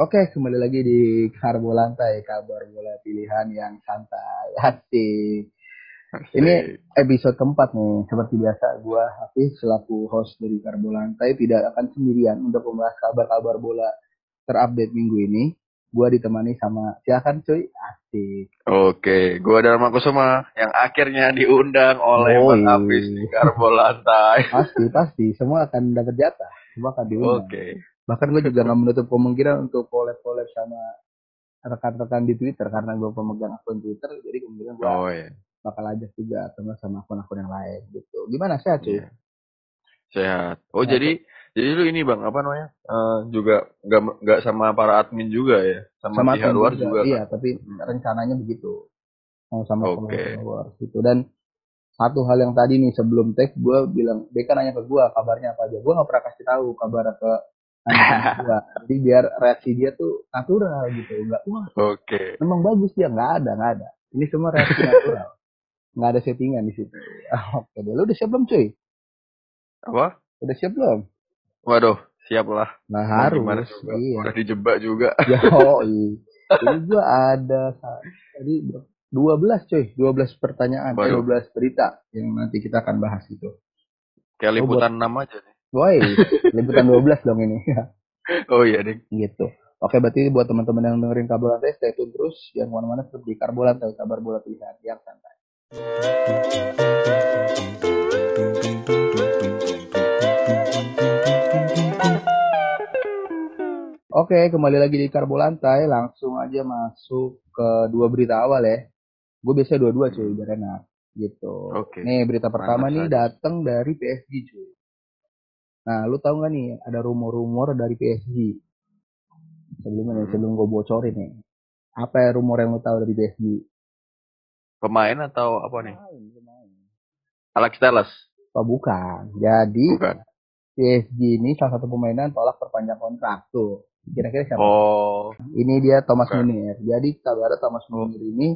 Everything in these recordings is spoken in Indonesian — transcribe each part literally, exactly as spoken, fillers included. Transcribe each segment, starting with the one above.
Oke, kembali lagi di Karbo Lantai, kabar bola pilihan yang santai. Asik. Ini Asik. episode keempat nih. Seperti biasa, gua Hafiz selaku host dari Karbo Lantai tidak akan sendirian untuk membahas kabar-kabar bola terupdate minggu ini. Gua ditemani sama silakan cuy. Asik. Oke, gua Dharma Kusuma yang akhirnya diundang oleh Bang Hafiz di Woi, Karbo Lantai. pasti pasti semua akan dapat jatah, semua akan diundang. Oke. Bahkan gue juga nggak menutup kemungkinan untuk collab-collab sama rekan-rekan di Twitter karena gue pemegang akun Twitter, jadi kemudian gue Oh iya. bakal ajak juga atau nggak sama akun-akun yang lain gitu. Gimana sehat cuy? Iya. Sehat. Oh Sehat tuh. jadi jadi lu ini Bang, apa namanya? Eh, juga nggak nggak sama para admin juga ya, sama Sama pihak admin luar juga, juga kan? iya. Tapi Hmm. rencananya begitu, sama-sama Oke. follower gitu. Dan satu hal yang tadi nih sebelum tag gue bilang, Beka nanya ke gue kabarnya apa aja. Gue nggak pernah kasih tahu kabar ke anak-anak gue. Jadi biar reaksi dia tuh natural gitu, nggak wah Oke. memang bagus dia, nggak ada nggak ada. Ini semua reaksi natural, nggak ada settingan di situ. Oke deh, lu udah siap belum cuy? Apa? Udah siap belum? Waduh, siap lah. Nah Mau gimana harus, coba? iya. Udah dijebak juga. Yo, ini gua ada tadi dua belas coy, dua belas pertanyaan, eh Waduh, dua belas berita yang nanti kita akan bahas gitu. kayak Oh buat, liputan enam aja nih. woi, liputan dua belas dong ini. Oh iya deh. Gitu. Oke, berarti buat teman-teman yang dengerin kabar lantai, stay tune terus. Yang mana-mana tetap di Karbo Lantai, kabar bola pilihan yang santai. Oke, kembali lagi di Karbo Lantai. Langsung aja masuk ke dua berita awal ya. Gue biasanya dua-dua cuy, Hmm. biar enak. Gitu. Oke. Nih, berita pertama Mana nih saja? datang dari P S G cuy. Nah, lu tahu nggak nih, ada rumor-rumor dari P S G. Sebelumnya nih, Hmm. sebelum gue bocorin nih. Apa ya rumor yang lu tahu dari P S G? Pemain atau apa nih? Pemain, pemain. Alex Telles? Oh, bukan. Jadi, Bukan. P S G ini salah satu pemain yang tolak perpanjang kontrak tuh. Kira-kira siapa? Oh, Ini dia Thomas bukan. Meunier. Jadi, kabarnya Thomas Oh, Meunier ini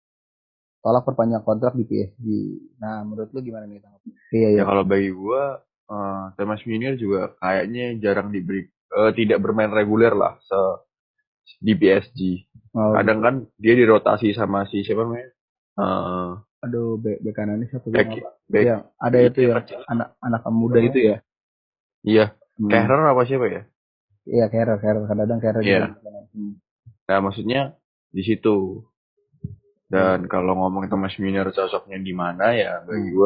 tolak perpanjang kontrak di P S G. Nah, menurut lu gimana nih? Iya, ya iya. kalau bagi gua, eh Thomas Meunier juga kayaknya jarang diberi, eh, tidak bermain reguler lah se di P S G. Oh, Kadang gitu. kan dia dirotasi sama si siapa namanya? Eh, Aduh, bek bek kanannya siapa gue back lupa. back Ya, ada itu itu yang yang kecil. anak anak muda Namanya? itu ya. Iya, Hmm. Kehrer apa siapa ya? Iya, Carrer, Carrer. Kadang-kadang Carrer juga Iya. bek kanan. Hmm. Nah, maksudnya di situ. Iya. Dan kalau ngomongin Thomas Meunier cocoknya di mana ya bagi Hmm. gua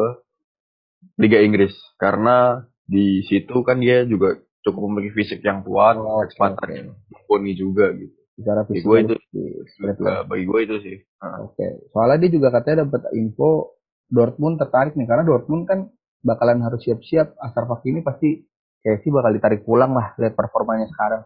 Liga Inggris, karena di situ kan dia juga cukup memiliki fisik yang kuat, Oh, oke, oke. kecepatannya mumpuni juga gitu. Secara Bagi gue itu fisikalistis, great juga, lah. bagi gue itu sih. Heeh. Oke. Soalnya dia juga katanya dapat info Dortmund tertarik nih karena Dortmund kan bakalan harus siap-siap Ashraf Hakimi pasti kayak sih bakal ditarik pulang lah lihat performanya sekarang.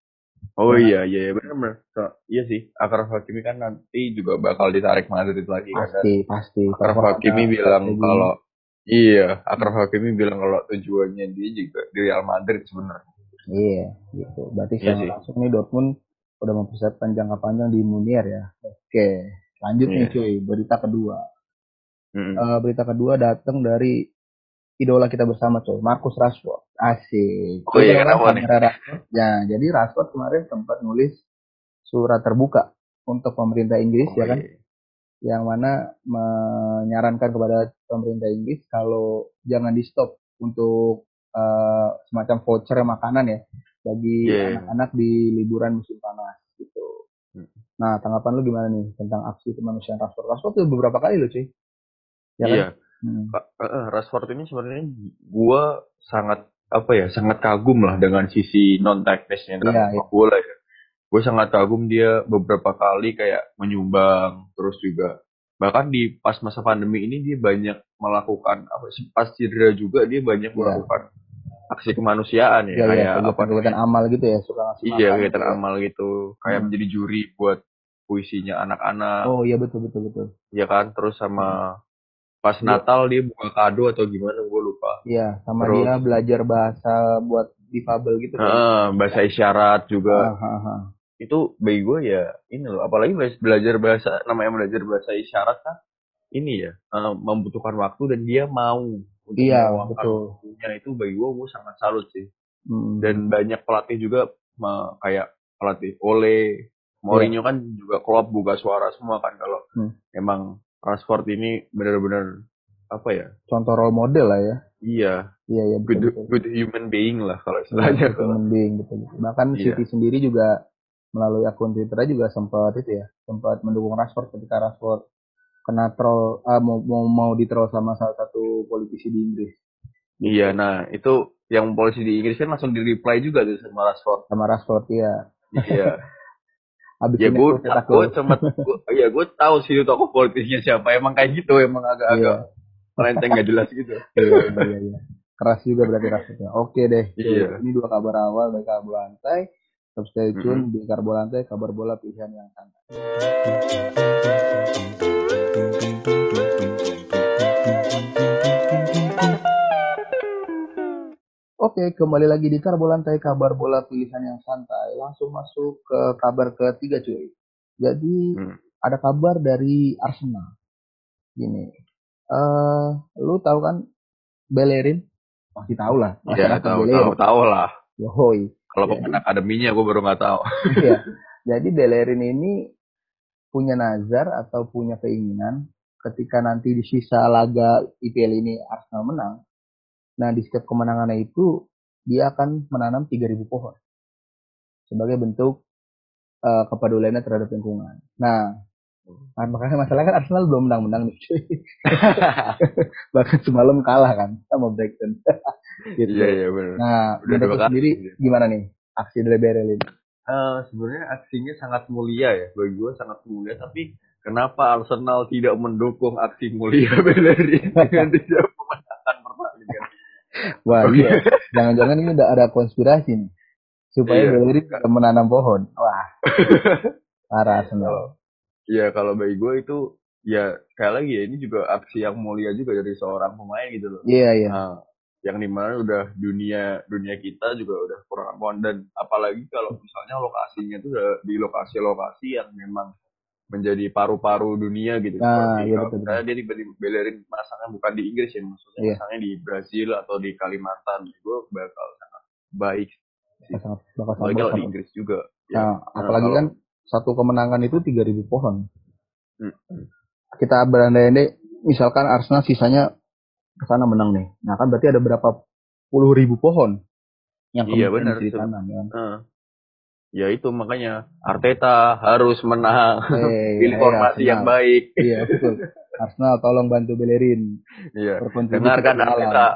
Oh Ya, iya, iya, iya benar-benar. So, iya sih, Akraf Hakimi kan nanti juga bakal ditarik Madrid lagi kan. Dan pasti pasti Akraf performanya Hakimi bilang strateginya. kalau iya, Akraf Hmm. Hakimi bilang kalau tujuannya dia juga di Real Madrid sebenarnya. Iya, gitu. Berarti Iya secara sih. langsung nih Dortmund udah mempersiapkan jangka panjang di Munier ya. Oke, lanjut nih Iya. cuy, berita kedua. Mm-mm. Eh, berita kedua datang dari idola kita bersama cuy, Marcus Rashford. Asik. Oh Lu iya, tahu kan kenapa nih? kamera Rashford? Ya, jadi Rashford kemarin sempat nulis surat terbuka untuk pemerintah Inggris Oh ya kan, iya. yang mana menyarankan kepada pemerintah Inggris kalau jangan di stop untuk eh, semacam voucher makanan ya bagi Iya. Iya. anak-anak di liburan musim panas gitu. Mm. Nah, tanggapan lu gimana nih tentang aksi kemanusiaan Rashford? Rashford tuh beberapa kali loh cuy, ya kan? Iya. Hmm. Kak, eh, eh, Rashford ini sebenarnya gua sangat apa ya, sangat kagum lah dengan sisi non teknisnya Iya, dalam iya, sepak bola ya. Gue sangat kagum dia beberapa kali kayak menyumbang, terus juga bahkan di pas masa pandemi ini dia banyak melakukan apa sih, pas cedera juga dia banyak iya, melakukan aksi kemanusiaan ya, iya, iya, kayak apa kegiatan-kegiatan namanya, amal gitu ya, suka ngasih iya makan gitu kegiatan ya. amal gitu, kayak Hmm. menjadi juri buat puisinya anak-anak, Oh iya betul betul betul. ya kan, terus sama Hmm. pas Dia, Natal dia buka kado atau gimana gue lupa, iya, sama dia terus belajar bahasa buat difabel gitu kan. eh, bahasa isyarat juga. Ah, ah, ah. Itu bagi gue ya ini loh, apalagi belajar bahasa, namanya belajar bahasa isyarat kan ini ya, eh, membutuhkan waktu dan dia mau untuk Iya, meluangkan betul. waktunya, itu bagi gue gue sangat salut sih. Hmm. Dan banyak pelatih juga me- kayak pelatih. Ole, Mourinho kan juga Klopp buka suara semua kan kalau Hmm. emang Rashford ini benar-benar apa ya? Contoh role model lah ya. Iya, Iya ya good, betul betul. good human being lah kalau Iya, istilahnya. good human being betul betul. Bahkan Iya. City sendiri juga melalui akun Twitternya juga sempat itu ya, sempat mendukung Rashford ketika Rashford kena troll, ah, mau mau mau di-troll sama salah satu politisi di Inggris. Iya, nah itu yang polisi di Inggris kan langsung di-reply juga tuh sama Rashford. Sama Rashford ya. Iya. Habis Ya ini gue, aku cetak gue gol. sempat, ya gue tahu sih itu tokoh politisnya siapa. Emang kayak gitu, emang agak-agak melenteng nggak jelas gitu. Iya, iya, iya. Keras juga berarti Rashfordnya. Oke deh. Iya. Ini dua kabar awal dari Karbolantai. Tetap stay tune Mm-mm. di Karbolantai, kabar bola pilihan yang santai. Oke, kembali lagi di Karbolantai, kabar bola pilihan yang santai. Langsung masuk ke kabar ketiga cuy. Jadi Hmm. ada kabar dari Arsenal. Gini, eh, lu tahu kan Bellerin? Pasti tahu lah. Iya, Masyarakat tahu, tahu, Bellerin. tahu lah. Yoi. Kalau Jadi, pemain akademinya gue baru nggak tahu. iya. Jadi Bellerin ini punya nazar atau punya keinginan ketika nanti di sisa laga I P L ini Arsenal menang. Nah, di setiap kemenangannya itu dia akan menanam tiga ribu pohon sebagai bentuk uh, kepeduliannya terhadap lingkungan. Nah, nah, makanya masalahnya kan Arsenal belum menang-menang nih. Bahkan semalam kalah kan sama Brighton. Gitu. Iya, iya benar. Nah, Udah dua menurut kali. sendiri gimana nih aksi dari Bellerin? Uh, sebenarnya aksinya sangat mulia ya, bagi gue sangat mulia. Tapi kenapa Arsenal tidak mendukung aksi mulia Bellerin dengan tidak memenangkan pertandingan? Wah iya, jangan-jangan ini udah ada konspirasi nih supaya Iya. Bellerin tidak menanam pohon. Wah, parah Arsenal. Iya, kalau bagi gue itu ya sekali lagi ya ini juga aksi yang mulia juga dari seorang pemain gitu loh. Iya iya. Nah, yang dimana udah dunia dunia kita juga udah kurang aman, dan apalagi kalau misalnya lokasinya tuh udah di lokasi-lokasi yang memang menjadi paru-paru dunia gitu. Nah, Seperti iya kalau betul, misalnya betul. dia di Bellerin masangnya bukan di Inggris ya, maksudnya Iya. masangnya di Brasil atau di Kalimantan, gue bakal sangat baik sih. Sangat, bakal Apalagi kalau sangat di Inggris juga. Nah, Ya. Nah, apalagi kalau- kan satu kemenangan itu tiga ribu pohon. Hmm. Kita berandai-andai misalkan Arsenal sisanya ke sana menang nih. Nah, kan berarti ada berapa puluh ribu pohon yang Iya kemungkinan benar. bisa ditanam ya. Uh, ya itu makanya Arteta harus menang. Hey, Pilih hey, formasi Arsenal. yang baik. Iya betul. Arsenal tolong bantu Bellerin. Iya. Berkontribusi Dengarkan bagi alam. Arteta.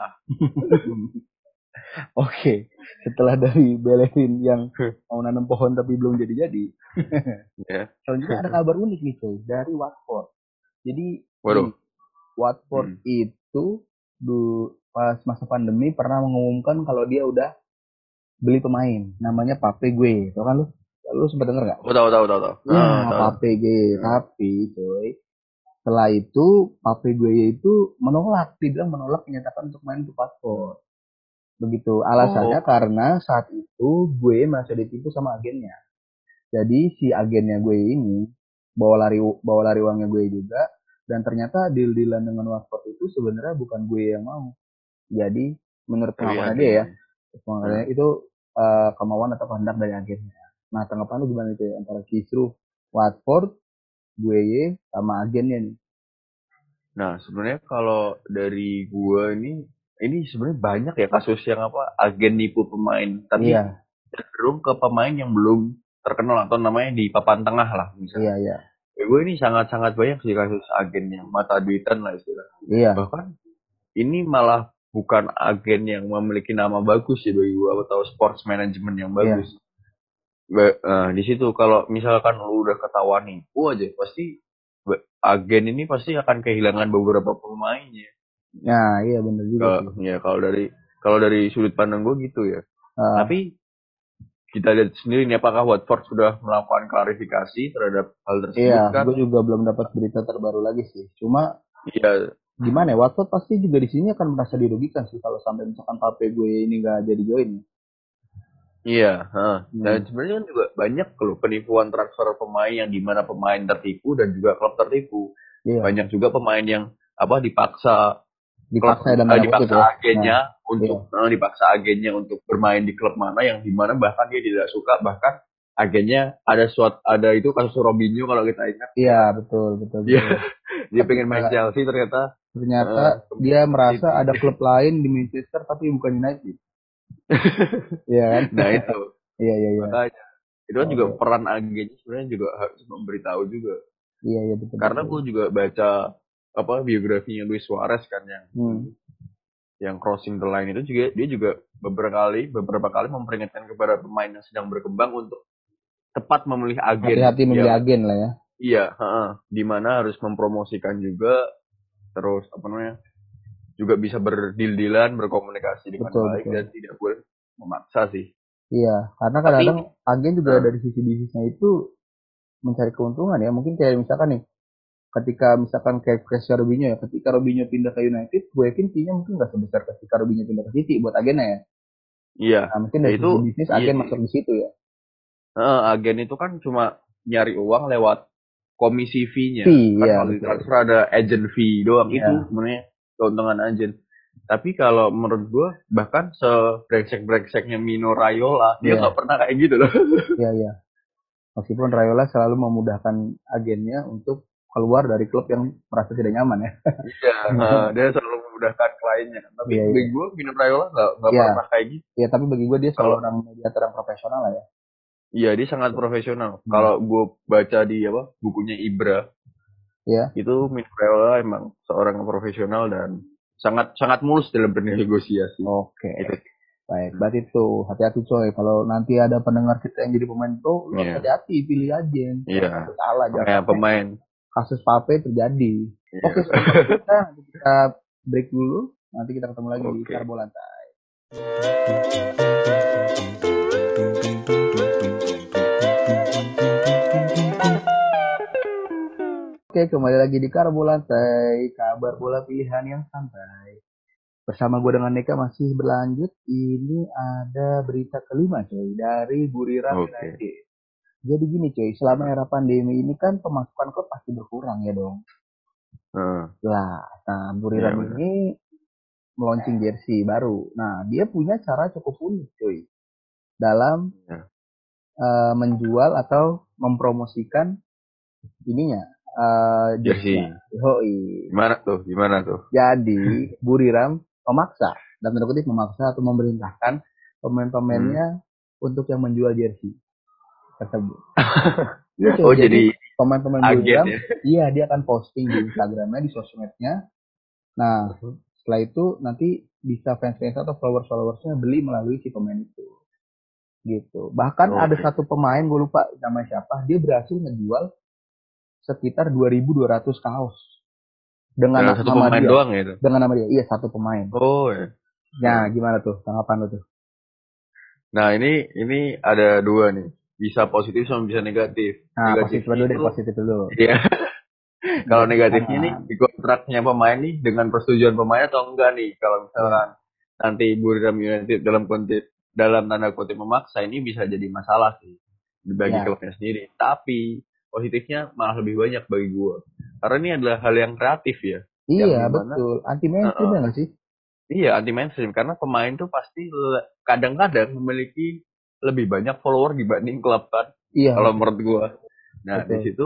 Oke, setelah dari Bellerin yang mau nanam pohon tapi belum jadi-jadi. Ya. Selanjutnya ada kabar unik nih coy, dari Watford. Jadi Waduh. ini, Watford Hmm. itu du, pas masa pandemi pernah mengumumkan kalau dia udah beli pemain namanya Pape Gueye. Tahu kan lu? Lu sempat denger nggak? Oh, tahu tahu tahu tahu. Ya, Ah, tahu. Pape Gueye. Tapi coy, setelah itu Pape Gueye itu menolak, dibilang menolak menyatakan untuk main untuk Watford. Begitu. Alasannya Oh. karena saat itu gue masih ditipu sama agennya. Jadi si agennya gue ini bawa lari bawa lari uangnya gue juga, dan ternyata deal-dealan dengan Watford itu sebenarnya bukan gue yang mau. Jadi menurut pengakuan dia ya, pengakuannya hmm. itu uh, kemauan atau kehendak dari agennya. Nah, tanggapan lu gimana itu ya, antara kisruh Watford, gue sama agennya nih? Nah, sebenarnya kalau dari gue ini ini sebenarnya banyak ya kasus yang apa agen nipu pemain, tapi iya. cenderung ke pemain yang belum terkenal atau namanya di papan tengah lah misalnya. Iya, iya. Ya, gue ini sangat-sangat banyak sih kasus agen yang mata duitan lah istilahnya. Iya. Bahkan ini malah bukan agen yang memiliki nama bagus sih bagi gue atau sports management yang bagus. Iya. Be- uh, di situ kalau misalkan lu udah ketahuan nipu aja, pasti agen ini pasti akan kehilangan beberapa pemainnya. Nah, iya benar juga Kalo, sih. Ya kalau dari kalau dari sudut pandang gue gitu ya. Uh. Tapi kita lihat sendiri nih apakah Watford sudah melakukan klarifikasi terhadap hal tersebut. Iya, kan? gue juga belum dapat berita terbaru lagi sih. Cuma iya. Gimana ya, Watford pasti juga di sini akan merasa dirugikan sih kalau sampai misalkan Pape gue ini nggak jadi join. Iya, huh. hmm. Dan sebenarnya kan juga banyak loh penipuan transfer pemain yang dimana pemain tertipu dan juga klub tertipu. Iya. Banyak juga pemain yang apa dipaksa dipaksa klub, dan uh, dipaksa ya. agennya nah, untuk iya. uh, dipaksa agennya untuk bermain di klub mana yang dimana bahkan dia tidak suka, bahkan agennya ada suat ada itu kasus Robinho kalau kita ingat. Iya betul betul. Dia betul. dia pengen main Chelsea ternyata. Ternyata uh, dia merasa City. Ada klub lain di Manchester tapi bukan United. Iya kan? Nah itu. Iya iya iya. Makanya itu kan oh, juga peran agennya sebenarnya juga harus memberitahu juga. Iya iya betul. Karena gue juga baca apa biografinya Luis Suarez kan yang hmm. yang crossing the line itu juga dia juga beberapa kali beberapa kali memperingatkan kepada pemain yang sedang berkembang untuk tepat memilih agen. Hati-hati memilih yang, agen lah ya. Iya, uh, di mana harus mempromosikan juga, terus apa namanya juga bisa berdil-dilan, berkomunikasi dengan betul, baik betul. Dan tidak boleh memaksa sih. Iya, karena kadang-kadang agen juga uh, dari sisi bisnisnya itu mencari keuntungan ya. Mungkin kayak misalkan nih, ketika misalkan kayak Christian Robinho ya, ketika Robinho pindah ke United, gue yakin fee-nya mungkin nggak sebesar ketika Robinho pindah ke City buat agennya ya. Iya. Nah, mungkin dari itu, sisi bisnis agen iya, masuk di situ ya. Uh, agen itu kan cuma nyari uang lewat komisi fee-nya. Fee, kan iya, kalau di transfer ada agent fee doang iya. Itu sebenarnya keuntungan agen. Tapi kalau menurut gue bahkan sebrengsek-brengseknya Mino Raiola dia nggak yeah. pernah kayak gitu loh. Iya iya. Meskipun Raiola selalu memudahkan agennya untuk keluar dari klub yang merasa tidak nyaman ya. Iya. uh, dia selalu memudahkan kliennya. Tapi yeah, bagi yeah. gue Mino Raiola nggak nggak yeah. pernah kayak gitu. Iya yeah, tapi bagi gue dia selalu orang mediator yang profesional lah ya. Iya dia sangat profesional. Hmm. Kalau gue baca di apa bukunya Ibra. Iya. Yeah. Itu Mino Raiola emang seorang profesional dan sangat sangat mulus dalam bernegosiasi. Oke. Okay. Baik, berarti itu hati-hati coy. Kalau nanti ada pendengar kita yang jadi pemain pro, lu yeah. hati-hati pilih agen. Iya. Yeah. Salah jangan. Pemain. Kasus Pape terjadi. Yeah. Oke, okay, kita kita break dulu. Nanti kita ketemu lagi okay. di Karbo Lantai. Oke, kembali lagi di Karbo Lantai, kabar bola pilihan yang santai. Bersama gue dengan Neka masih berlanjut. Ini ada berita kelima coy dari Buriram okay. United. Jadi gini coy, selama era pandemi ini kan pemasukan klub pasti berkurang ya dong. Hmm. Lah, nah Buriram ya, ini meluncing jersey baru. Nah, dia punya cara cukup unik coy dalam ya. uh, menjual atau mempromosikan ininya. Uh, jersey. Hoi. Gimana tuh? Gimana tuh? Jadi Buriram memaksa, dan tanda kutip memaksa atau memerintahkan pemain-pemainnya hmm. untuk yang menjual jersey tersebut. Iya, oh jadi, jadi pemain-pemain Buriram, ya? Iya dia akan posting di Instagramnya, di sosmednya. Nah setelah itu nanti bisa fans-fans atau followers-followersnya beli melalui si pemain itu. Gitu. Bahkan okay. ada satu pemain, gue lupa namanya siapa, dia berhasil ngejual sekitar dua ribu dua ratus kaos. Dengan nah, satu nama pemain dia. doang ya itu? Dengan nama dia, iya satu pemain. Oh ya. Nah gimana tuh, tanggapan lo tuh? Nah ini ini ada dua nih, bisa positif sama bisa negatif. Nah negatif positif dulu deh, positif dulu. Iya. Kalau negatifnya nih, di kontraknya pemain nih dengan persetujuan pemain atau enggak nih? Kalau misalkan hmm. nanti Buriram United dalam kutip dalam tanda kutip memaksa, ini bisa jadi masalah sih bagi ya. klubnya sendiri. Tapi positifnya malah lebih banyak bagi gue. Karena ini adalah hal yang kreatif ya. Iya betul. Anti mainstream ya nggak sih? Iya anti mainstream karena pemain tuh pasti kadang-kadang memiliki lebih banyak follower dibanding klub kan. Iya. Kalau menurut gue. Nah betul. di situ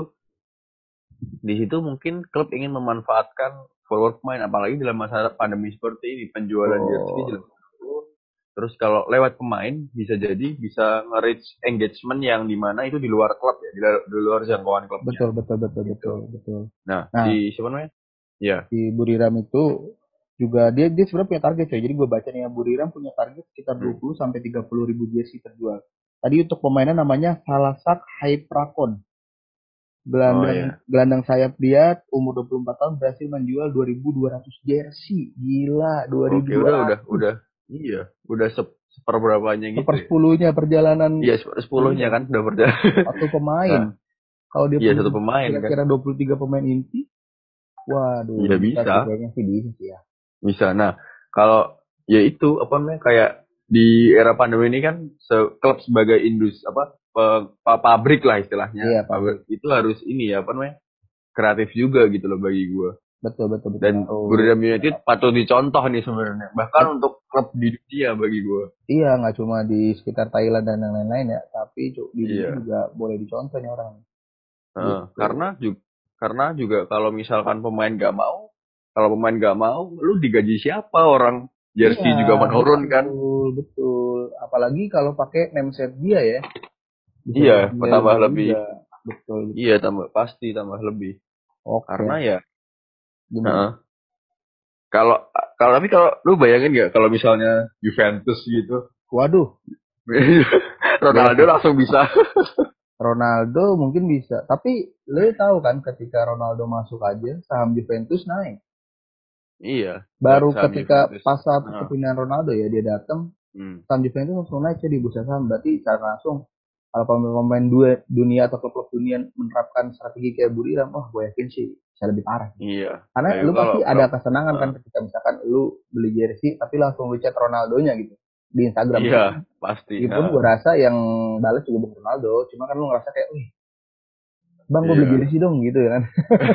di situ mungkin klub ingin memanfaatkan follower pemain apalagi dalam masa pandemi seperti ini penjualan oh. jersey jelas. Terus kalau lewat pemain bisa jadi bisa nge-reach engagement yang dimana itu di luar klub ya, di, di luar jangkauan klubnya. Betul betul betul gitu. betul betul. Nah, nah di siapa namanya? Ya. Di Buriram itu juga dia dia sebenarnya punya target coy. Jadi gue baca nih ya Buriram punya target sekitar dua puluh sampai tiga puluh ribu jersey terjual. Tadi untuk pemainnya namanya Salasak Haiprakon. Gelandang oh, iya. gelandang sayap dia umur dua puluh empat tahun berhasil menjual dua ribu dua ratus jersey. Gila, dua ribu dua ratus. Oke, udah udah udah. Iya, udah sep seperberapanya gitu. Sepersepuluhnya ya? Perjalanan. Iya, sepersepuluhnya kan udah perjalanan. Satu pemain. Nah, kalau dia iya, satu pemain kira-kira kan. dua puluh tiga pemain inti. Waduh. Ya bisa. Kayaknya sih bisa sih ya. Bisa. Nah, kalau ya itu apa namanya kayak di era pandemi ini kan se klub sebagai industri apa pabrik lah istilahnya. Iya, pabrik. Itu harus ini ya apa namanya? Kreatif juga gitu loh bagi gue. Betul betul betul. Dan Oh. Buriram United patut dicontoh nih sebenarnya. Bahkan oh. untuk klub di dunia bagi gue. Iya, nggak cuma di sekitar Thailand dan yang lain-lain ya, tapi di dunia iya. juga boleh dicontoh nih orang. Uh, gitu. Karena juga karena juga kalau misalkan pemain gak mau, kalau pemain gak mau, lu digaji siapa orang? Jersey iya, juga menurun betul, kan? Betul betul. Apalagi kalau pakai nameset dia ya. Bisa iya, tambah lebih. Betul, betul. Iya, tambah pasti tambah lebih. Oke. Karena ya. Uh, kalau kalau tapi kalau lu bayangin nggak kalau misalnya Juventus gitu. Waduh. Ronaldo langsung bisa. Ronaldo mungkin bisa, tapi lu tahu kan ketika Ronaldo masuk aja saham Juventus naik. Iya. Baru ketika Juventus. Pas saat nah. kepindahan Ronaldo ya dia datang, hmm. saham Juventus langsung naik di bursa saham. Berarti secara langsung kalau pemain dua dunia atau klub-klub dunia menerapkan strategi kayak Buriram, oh gue yakin sih bisa lebih parah. Iya. Karena Ayo, lu pasti kalau, ada kesenangan uh. kan ketika misalkan lu beli jersey tapi langsung lu chat Ronaldonya gitu di Instagram. Iya, kan? Pasti. Itu pun gue rasa yang balas juga bukan Ronaldo, cuma kan lu ngerasa kayak, wih, bang gue iya. beli jersey dong gitu ya kan.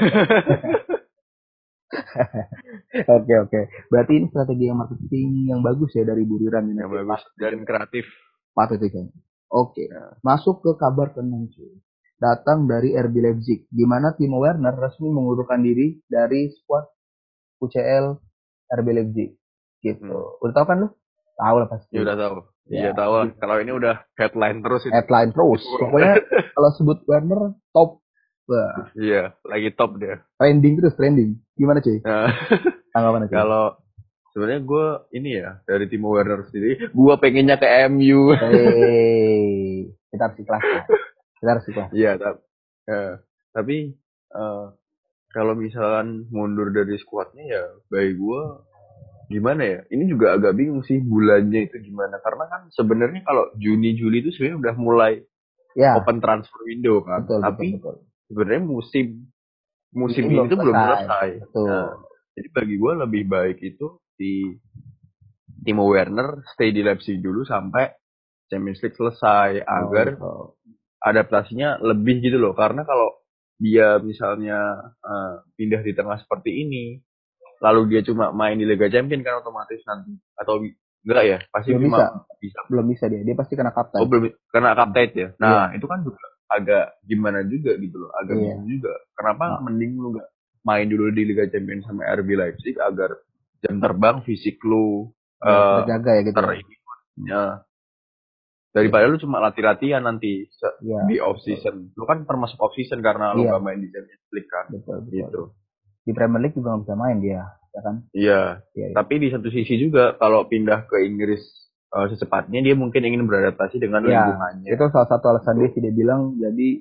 Oke oke. Berarti ini strategi yang marketing yang bagus ya dari Buriram ini. Yang bagus dan kreatif. Patut itu. Oke. Ya. Masuk ke kabar keenam cuy. Datang dari R B Leipzig, di mana Timo Werner resmi mengundurkan diri dari skuad U C L R B Leipzig. Gitu. Hmm. Udah tahu kan lu? Tahu lah pasti. Ya udah tahu. Iya ya, tahu. Gitu. Kalau ini udah headline terus itu. Headline terus. Pokoknya kalau sebut Werner top. Wah. Iya, lagi top dia. Trending terus, trending. Gimana cuy? Nah, kalau sebenarnya gue ini ya dari Timo Werner sendiri, gue pengennya ke M U. Hey, kita harus ikhlas. Kita harus ikhlas. Iya, tapi, uh, tapi uh, kalau misalkan mundur dari skuadnya ya, bagi gue gimana ya? Ini juga agak bingung sih bulannya itu gimana. Karena kan sebenarnya kalau Juni Juli itu sebenarnya udah mulai ya. Open transfer window kan. Betul, tapi betul, betul. Sebenarnya musim musim ini, ini tuh belum selesai. Nah, jadi bagi gue lebih baik itu di Timo Werner stay di Leipzig dulu sampai Champions League selesai oh, agar oh. adaptasinya lebih gitu loh. Karena kalau dia misalnya uh, pindah di tengah seperti ini, lalu dia cuma main di Liga Champions kan otomatis nanti atau enggak ya? Pasti belum cuma bisa. bisa. Belum bisa dia. Dia pasti kena kapten. Oh, belum kena kapten ya. Nah, yeah. itu kan juga agak gimana juga gitu loh, agak yeah. bingung juga. Kenapa nah. mending lu gak main dulu di Liga Champions sama R B Leipzig agar jam terbang fisik lu ya, terjaga uh, ya gitu. Ter- ya. Daripada yeah. lu cuma latih-latihan nanti yeah. di off season. Lu kan termasuk off season karena yeah. lu gak main di Champions League kan. Betul, betul. Gitu. Di Premier League juga gak bisa main dia, ya kan? Iya. Yeah. Tapi di satu sisi juga kalau pindah ke Inggris Uh, secepatnya dia mungkin ingin beradaptasi dengan ya, lingkungannya. Itu salah satu alasan dia sih dia bilang jadi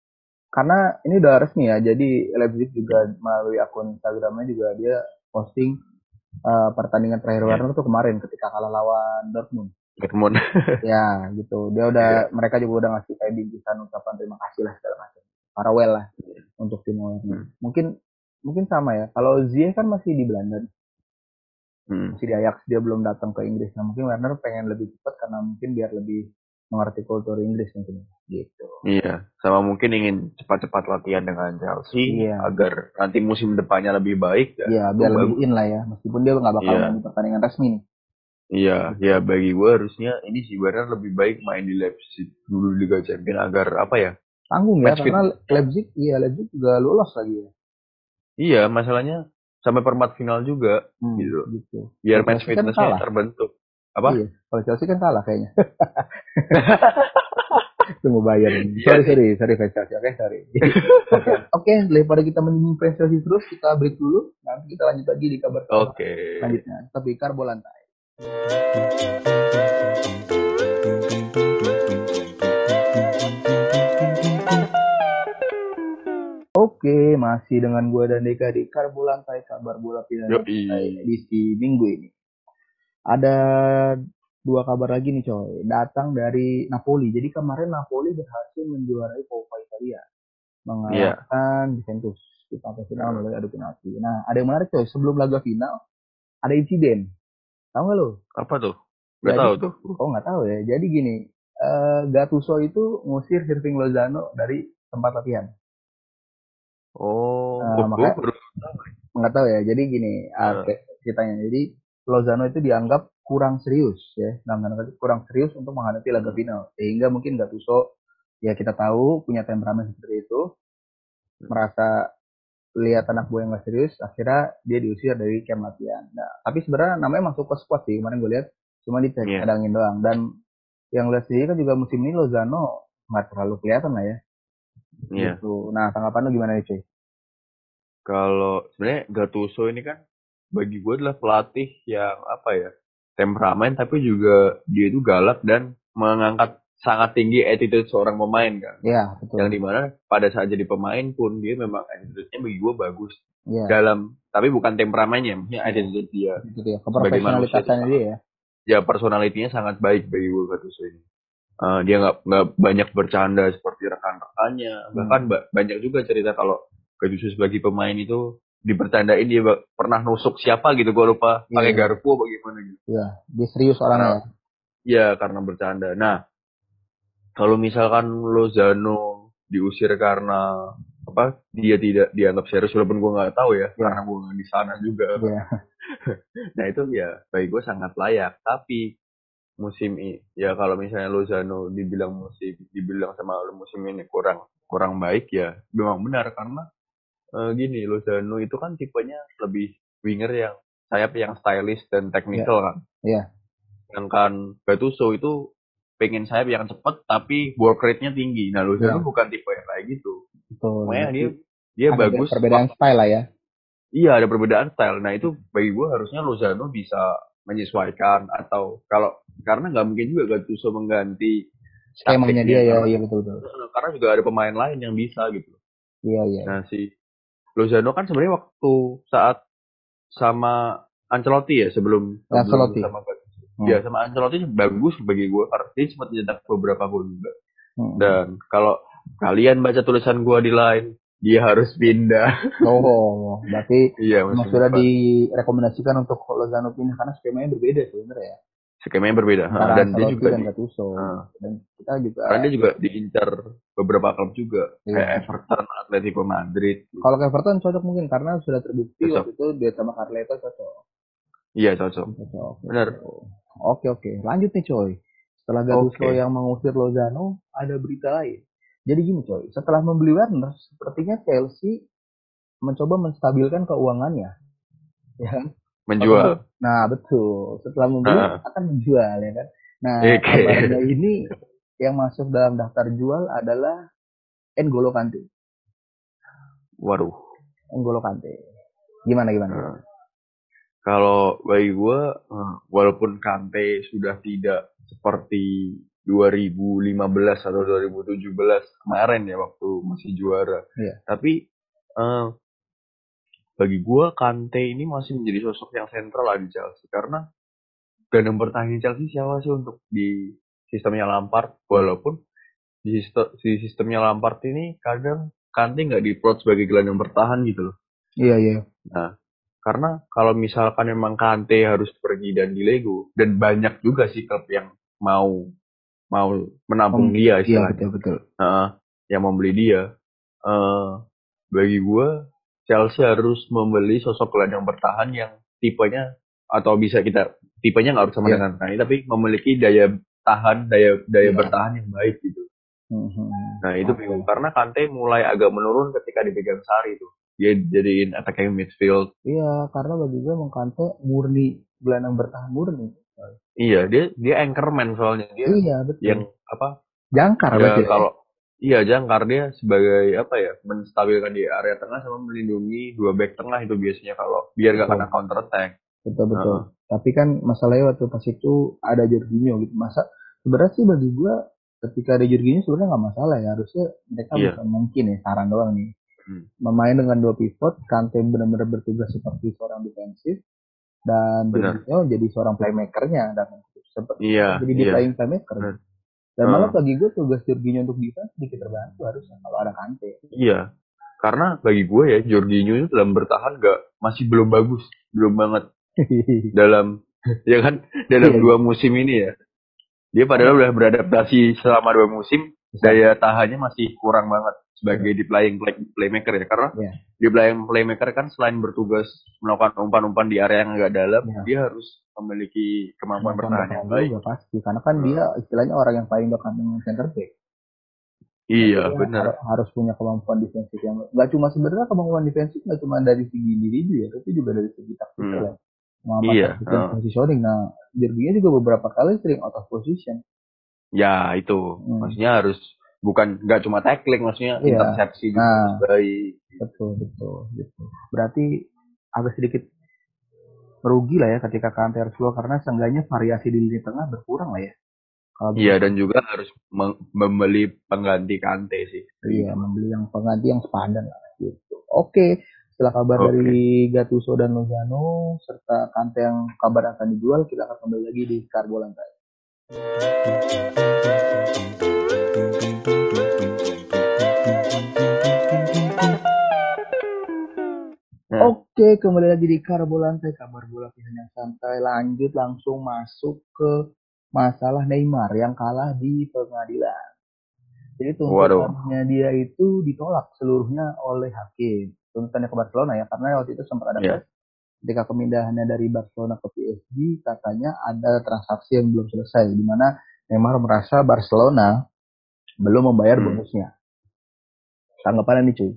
karena ini udah resmi ya. Jadi Leipzig juga melalui akun Instagramnya juga dia posting uh, pertandingan terakhir yeah. Werner tuh kemarin ketika kalah lawan Dortmund. Dortmund. Ya gitu. Dia udah yeah. mereka juga udah ngasih kayak bingkisan ucapan terima kasih lah segala macam. Farewell lah yeah. untuk Timo Werner. Hmm. Mungkin mungkin sama ya. Kalau Ziyech kan masih di Belanda. Hmm. Masih di Ajax, dia belum datang ke Inggris. Nah mungkin Werner pengen lebih cepat karena mungkin biar lebih mengerti kultur Inggris mungkin gitu. Iya, sama mungkin ingin cepat-cepat latihan dengan Chelsea iya. agar nanti musim depannya lebih baik. Iya, biar lebih bagus. In lah ya, meskipun dia nggak bakal iya. main di pertandingan resmi nih. Iya, ya bagi gue harusnya ini sih Werner lebih baik main di Leipzig dulu di Liga Champions agar apa ya? Tanggung ya, karena Leipzig, iya Leipzig juga lolos lagi ya. Iya, masalahnya sampai perempat final juga hmm, gitu. gitu. Biar match fitnessnya kan terbentuk. Apa? Iya. Kalau Chelsea kan kalah kayaknya. Tunggu bayar. Sorry, sorry, sorry fans Chelsea. Oke, okay, sorry. Oke, okay. okay, daripada kita menyinggung fans Chelsea terus, kita break dulu. Nanti kita lanjut lagi di kabar Oke. Okay. Selanjutnya. Tapi Karbolantai. Oke, masih dengan gue dan Deka di Karbolantai, kabar bola pilihan edisi minggu ini. Ada dua kabar lagi nih coy, datang dari Napoli. Jadi kemarin Napoli berhasil menjuarai Coppa Italia, mengalahkan yeah. Juventus di partai final melalui adu penalti. Nah, ada yang menarik coy, sebelum laga final ada insiden. Tahu nggak lo? Apa tuh? Gak tahu tuh. Oh nggak tahu ya. Jadi gini, uh, Gattuso itu ngusir Hirving Lozano dari tempat latihan. Oh, nah, makanya, nggak tahu ya. Jadi gini, uh. ceritanya. Jadi Lozano itu dianggap kurang serius ya, kurang serius untuk menghadapi laga final. Sehingga mungkin Gattuso ya kita tahu punya temperamen seperti itu, merasa lihat anak buah yang gak serius, akhirnya dia diusir dari camp latihan. Nah, tapi sebenarnya namanya masuk ke squad sih, kemarin gue lihat cuma dicadangin yeah. doang. Dan yang lihat sendiri kan juga musim ini Lozano nggak terlalu kelihatan lah ya. Iya. Gitu. Nah, tanggapan lu gimana nih, cuy? Kalau sebenarnya Gattuso ini kan bagi gue adalah pelatih yang apa ya, temperamen tapi juga dia itu galak dan mengangkat sangat tinggi attitude seorang pemain kan. Iya, betul. Yang dimana pada saat jadi pemain pun dia memang attitude-nya bagi gue bagus. Iya. Dalam, tapi bukan temperamennya, maksudnya attitude dia. Gitu ya, keprofesionalitasannya dia ya. Ya, personalitinya sangat baik bagi gue Gattuso ini. Uh, dia nggak nggak banyak bercanda seperti rekan-rekannya. Hmm. Bahkan ba- banyak juga cerita kalau Gattuso sebagai pemain itu dibercandain dia pernah nusuk siapa gitu, gue lupa. Yeah. Pakai garpu bagaimana gitu. Iya, yeah. Dia serius orangnya. Iya, karena bercanda. Nah, kalau misalkan Lozano diusir karena apa? Dia tidak dianggap serius, walaupun gue nggak tahu ya, yeah. karena gue nggak di sana juga. Yeah. Nah itu ya bagi gue sangat layak. Tapi musim ini, ya kalau misalnya Lozano dibilang musim, dibilang sama musim ini kurang kurang baik ya, memang benar karena uh, gini Lozano itu kan tipenya lebih winger yang sayap yang stylish dan teknikal yeah. kan. Iya. Yeah. Sedangkan Gattuso itu pengen sayap yang cepat tapi work rate-nya tinggi. Nah, Lozano yeah. bukan tipe yang kayak gitu. Betul. Makanya dia dia ada bagus. Perbedaan style lah ya. Iya, ada perbedaan style. Nah, itu bagi gue harusnya Lozano bisa menyesuaikan atau kalau karena nggak mungkin juga Gattuso mengganti skemanya dia ya, iya betul betul. Karena juga ada pemain lain yang bisa gitu. Iya iya. Nah, si Lozano kan sebenarnya waktu saat sama Ancelotti ya sebelum, sebelum Ancelotti. sama Hmm. Ya sama Ancelotti bagus bagi gue karena dia sempat mencetak beberapa gol juga. Hmm. Dan kalau kalian baca tulisan gue di line, dia harus pindah. Oh, berarti iya, sudah direkomendasikan untuk Lozano pindah karena skemanya berbeda sebenarnya ya. Skemanya berbeda. Antara dan Ancelotti dia juga dan Gattuso. Uh, dan kita juga. Karena dia juga diincar beberapa klub juga, iya. Kayak Everton, Atletico Madrid. Kalau ke Everton cocok mungkin karena sudah terbukti cocok. Waktu itu dia sama Carleto cocok. Iya cocok. cocok. Benar. Oke oke, lanjut nih coy. Setelah Gattuso okay. yang mengusir Lozano, ada berita lain. Jadi gini coy, setelah membeli Werner, sepertinya Chelsea mencoba menstabilkan keuangannya, ya kan? Menjual. Nah betul, setelah membeli uh. akan menjual, ya kan? Nah okay. kabarnya ini yang masuk dalam daftar jual adalah N'Golo Kante. Waduh. N'Golo Kante. Gimana gimana? Uh. Kalau bagi gue, walaupun Kante sudah tidak seperti dua ribu lima belas atau dua ribu tujuh belas kemarin ya waktu masih juara, yeah. tapi uh, bagi gue Kante ini masih menjadi sosok yang sentral lah di Chelsea karena gelandang bertahan Chelsea siapa sih untuk di sistemnya Lampard, walaupun di, sistem, di sistemnya Lampard ini kadang Kante nggak diplot sebagai gelandang bertahan gitu loh. Iya yeah, iya. Yeah. Nah. Karena kalau misalkan memang Kante harus pergi dan dilego dan banyak juga sih klub yang mau mau menampung oh, dia istilahnya. Iya betul betul. Uh, yang membeli dia. Uh, bagi gue Chelsea harus membeli sosok gelandang bertahan yang tipenya atau bisa kita tipenya nggak harus sama yeah. dengan Kante tapi memiliki daya tahan daya daya yeah. bertahan yang baik gitu. Mm-hmm. Nah itu okay. bingung karena Kante mulai agak menurun ketika dipegang Sarri tuh. Dia jadiin attacking midfield. Iya, karena bagi gue emang Kante murni gelandang bertahan murni. Iya, dia dia anchorman soalnya dia. Iya, betul. Yang apa? Jangkar ya, berarti. Kalau iya jangkar dia sebagai apa ya? Menstabilkan di area tengah sama melindungi dua back tengah itu biasanya kalau biar nggak kena counter attack. Betul betul. Uh. Tapi kan masalahnya waktu pas itu ada Jorginho gitu. Masa sebenarnya sih bagi gue ketika ada Jorginho sebenarnya nggak masalah ya. Harusnya mereka yeah. bisa mungkin ya saran doang nih. Hmm. Memain dengan dua pivot, Kante benar-benar bertugas seperti seorang defensif dan Jorginho jadi seorang playmakernya dan seperti iya, jadi iya. di playing playmaker. Hmm. Dan hmm. malah bagi gue tugas Jorginho untuk defense sedikit terbantu harusnya kalau ada Kante. Iya, karena bagi gue ya Jorginho itu dalam bertahan gak masih belum bagus, belum banget dalam ya kan dalam dua musim ini ya. Dia padahal udah beradaptasi selama dua musim, daya tahannya masih kurang banget sebagai di playing play, playmaker ya, karena yeah. di playing playmaker kan selain bertugas melakukan umpan-umpan di area yang enggak dalam, yeah. dia harus memiliki kemampuan bertahan yang baik. Juga pasti, karena kan hmm. dia istilahnya orang yang paling dekat dengan center back. Iya, nah, benar. Harus, harus punya kemampuan defensif yang nggak cuma sebenarnya kemampuan defensif nggak cuma dari segi individu ya, tapi juga dari segi taktikal hmm. ya. Kemampuan iya, taktikal uh. positioning. Nah, Jorginho juga beberapa kali sering out of position. Ya itu, hmm. maksudnya harus bukan nggak cuma tackling, maksudnya iya. intercepsi juga nah, harus baik. Betul betul betul. Berarti agak sedikit merugi lah ya ketika Kante harus keluar, karena seenggaknya variasi di lini tengah berkurang lah ya. Iya, dan juga harus membeli pengganti Kante sih. Iya, membeli yang pengganti yang sepadan lah gitu. Oke, setelah kabar okay. dari Gattuso dan Lozano serta Kante yang kabar akan dijual, kita akan kembali lagi di Karbolantai. Nah. Oke, kembali lagi di Karbolantai, kabar bola pilihan yang santai. Lanjut langsung masuk ke masalah Neymar yang kalah di pengadilan. Jadi tuntutannya dia itu ditolak seluruhnya oleh hakim. Tuntutannya ke Barcelona ya, karena waktu itu sempat ada yeah. press ketika pemindahannya dari Barcelona ke P S G, katanya ada transaksi yang belum selesai, di mana Neymar merasa Barcelona belum membayar hmm. bonusnya. Tanggapannya nih cuy?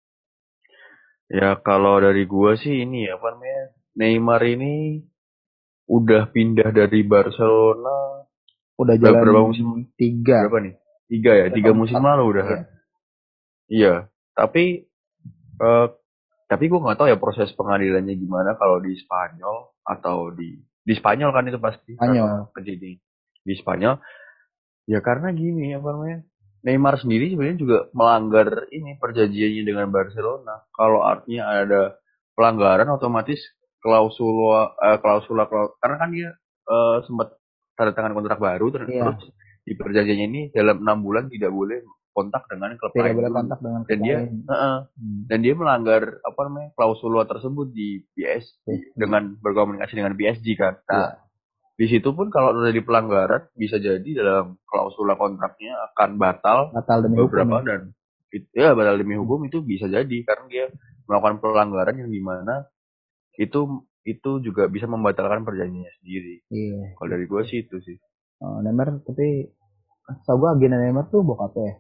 Ya kalau dari gua sih ini ya, apa namanya, Neymar ini udah pindah dari Barcelona udah jalan berapa musim? Tiga. Berapa nih? Tiga ya, tiga musim lalu udah kan? Iya. iya, tapi uh, tapi gue nggak tahu ya proses pengadilannya gimana kalau di Spanyol atau di di Spanyol kan itu pasti Spanyol kejadian di Spanyol ya, karena gini apa namanya, Neymar sendiri sebenarnya juga melanggar ini perjanjiannya dengan Barcelona. Kalau artinya ada pelanggaran, otomatis klausula uh, klausula klausula karena kan dia uh, sempat tanda tangan kontrak baru terus yeah. di perjanjiannya ini dalam enam bulan tidak boleh kontak dengan klub tidak lain boleh kontak dengan dan dia uh, hmm. dan dia melanggar apa namanya klausula tersebut di P S G okay. dengan berkomunikasi dengan P S G kan. Nah yeah. di situ pun kalau terjadi pelanggaran bisa jadi dalam klausula kontraknya akan batal, batal demi beberapa hukum, dan ya batal demi hukum itu bisa jadi karena dia melakukan pelanggaran yang dimana itu itu juga bisa membatalkan perjanjiannya sendiri. Iya. Yeah. Kalau dari gue sih itu sih. Oh, Neymar tapi tau gue agenda Neymar tuh bokapnya ya.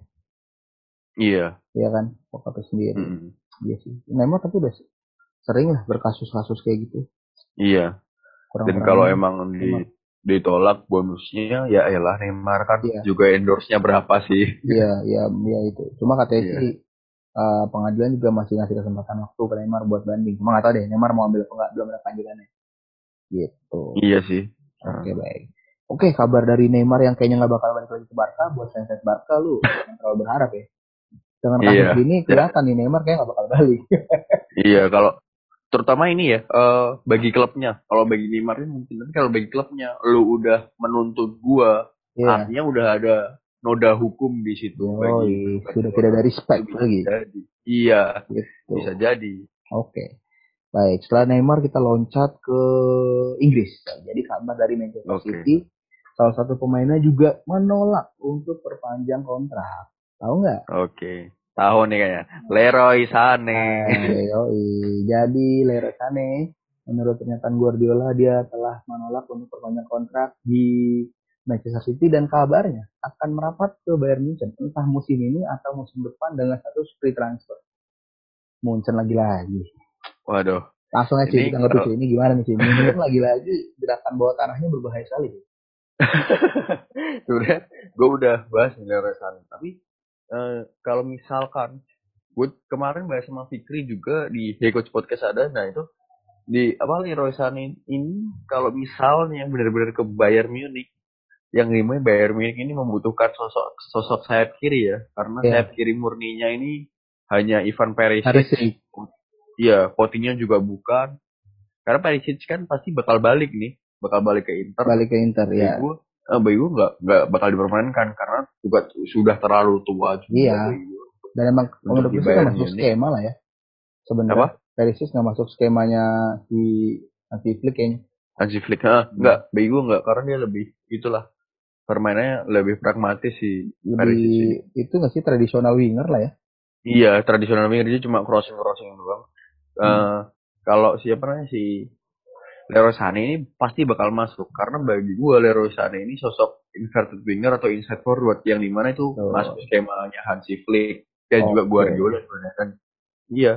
Iya. Iya kan, bokapnya sendiri. Mm. Iya sih. Neymar tapi udah sering lah berkasus-kasus kayak gitu. Iya. Kurang Dan kalau emang di, ditolak bonusnya, ya elah Neymar kan iya. juga endorse-nya berapa sih? Iya, iya, iya itu. Cuma katanya iya. sih uh, pengadilan juga masih ngasih kesempatan waktu ke Neymar buat banding. Cuma nggak tahu deh Neymar mau ambil apa nggak, belum ada panggilannya. Gitu. Iya sih. Oke okay, baik. Oke, okay, kabar dari Neymar yang kayaknya nggak bakal balik lagi ke Barca, buat fans Barca lu jangan terlalu berharap ya. Dengan kasus iya. ini kelihatan ya. nih Neymar kayak nggak bakal balik. Iya, kalau terutama ini ya uh, bagi klubnya. Kalau bagi Neymar ini mungkin, tapi kalau bagi klubnya, lu udah menuntut gua, yeah. artinya udah ada noda hukum di situ. Oh, bagi, sudah tidak ada respect lagi. Jadi. Iya, gitu. Bisa jadi. Oke. Okay. Baik, setelah Neymar kita loncat ke Inggris. Jadi kabar dari Manchester okay. City. Salah satu pemainnya juga menolak untuk perpanjang kontrak. Tahu nggak? Oke, okay. tahu nih kayaknya. Leroy Sané. Nah, Jadi Leroy Sané, menurut pernyataan Guardiola, dia telah menolak untuk perpanjang kontrak di Manchester City dan kabarnya akan merapat ke Bayern Munchen entah musim ini atau musim depan dengan status free transfer. Munchen lagi-lagi. Waduh. Langsung aja kita ngerti ini gimana nih sih? Munchen lagi-lagi gerakan bawah tanahnya berbahaya sekali. Sebenarnya gue udah bahas Leroy Sané, tapi uh, kalau misalkan gue kemarin bahas sama Fikri juga di Hey Coach Podcast ada, nah itu di apa Leroy Sané ini kalau misalnya benar-benar ke Bayern Munich, yang dimana Bayern Munich ini membutuhkan sosok sosok sayap kiri ya, karena yeah. sayap kiri murninya ini hanya Ivan Perisic. Iya, Coutinho juga bukan. Karena Perisic kan pasti bakal balik nih, bakal balik ke Inter. Balik ke Inter ya. Gue, eh, bagi gue nggak nggak bakal dipermainkan karena juga sudah terlalu tua juga. Iya. Dan emang menurut gue nggak masuk skema lah ya. Sebenarnya Perisic nggak masuk skemanya si Hansi Flick kayaknya. Hansi Flick, ah, hmm. nggak. Bagi gue nggak, karena dia lebih itulah permainannya lebih pragmatis sih Lebih Perisic ini. itu nggak sih tradisional winger lah ya. Iya, tradisional winger dia cuma crossing-crossing doang. Hmm. Eh kalau siapa namanya si Leroy Sané ini pasti bakal masuk karena bagi gua Leroy Sané ini sosok inverted winger atau inside forward yang dimana itu masuk Tuh. skemanya Hansi Flick dan juga Oke. Guardiola sebenarnya kan. Iya.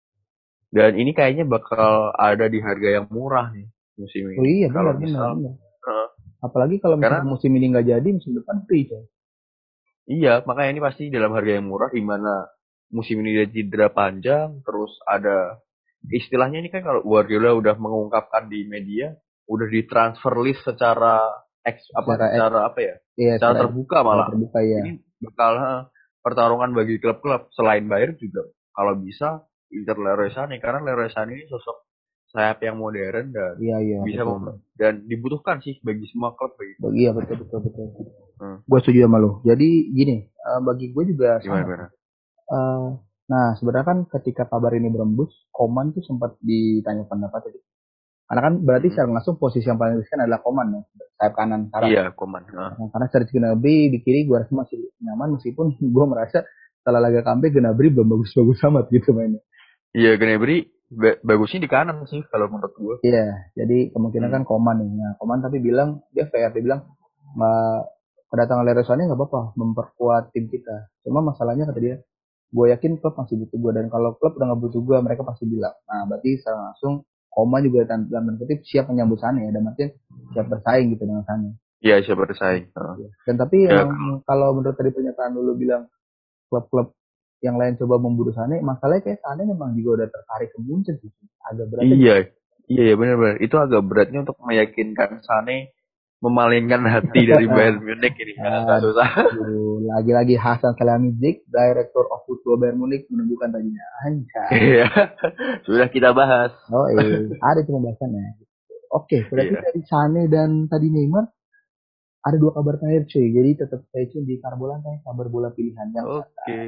Dan ini kayaknya bakal ada di harga yang murah nih musim Oh ini. iya Kalau benar benar misal, benar. eh, Apalagi kalau karena misalnya musim ini nggak jadi, musim depan free coy. iya, makanya ini pasti dalam harga yang murah di mana musim ini dia cedera panjang, terus ada istilahnya ini kan kalau Guardiola udah mengungkapkan di media, udah ditransfer list secara eks apa Secara X, secara apa ya? iya Secara secara X, terbuka secara malah. terbuka ya. Ini bakal ha, pertarungan bagi klub-klub selain Bayern juga kalau bisa Inter Leroy Sané karena Leroy Sané ini sosok sayap yang modern dan Iya iya bisa betul. mem- dan dibutuhkan sih bagi semua klub bagi. Iya betul betul betul. Hmm, Gue setuju sama lo. Jadi gini, eh, bagi gue juga gimana sama. gimana? Eh, nah sebenarnya kan ketika kabar ini berembus, Koman tuh sempat ditanya pendapat itu. Karena kan berarti Mm-mm. secara langsung posisi yang paling riskan adalah Koman ya, sayap kanan sekarang. Iya, Koman. Heeh. Nah, karena Serge Gnabry di kiri gue rasa masih nyaman meskipun gue merasa setelah laga comeback Gnabry belum bagus-bagus amat gitu mainnya. Iya, Gnabry ba- bagusnya di kanan sih kalau menurut gua. Iya, jadi kemungkinan kan Hmm. Koman nih. Nah, Koman tapi bilang dia fair, dia bilang nggak kedatangan Leroy Sané nggak apa-apa, memperkuat tim kita. Cuma masalahnya kata dia, gue yakin klub masih butuh gue dan kalau klub udah nggak butuh gue, mereka pasti bilang. Nah, berarti secara langsung Koman juga dalam dalam kutip siap menyambut Sané ya, dan artinya siap bersaing gitu dengan Sané. Iya, siapa bersaing. Heeh. Dan tapi Ya, emang kalau menurut tadi pernyataan dulu bilang klub-klub yang lain coba memburu Sané, masalahnya kayak Sané memang juga udah tertarik ke Munchen sih. Agak berat aja. iya. Iya, iya benar-benar. Itu agak beratnya untuk meyakinkan Sane memalingkan hati dari Bayern Munich ini. Agak susah. Aduh, lagi-lagi Hasan Salihamidzic, Director of Football Bayern Munich menunjukkan tadinya. Anjay. Iya. Sudah kita bahas. Oh eh, ada itu pembahasannya. Oke, berarti Iya. dari Sané dan tadi Neymar, ada dua kabar terakhir cuy. Jadi tetap stay tune di Karbolantai, kabar bola pilihan yang Oke.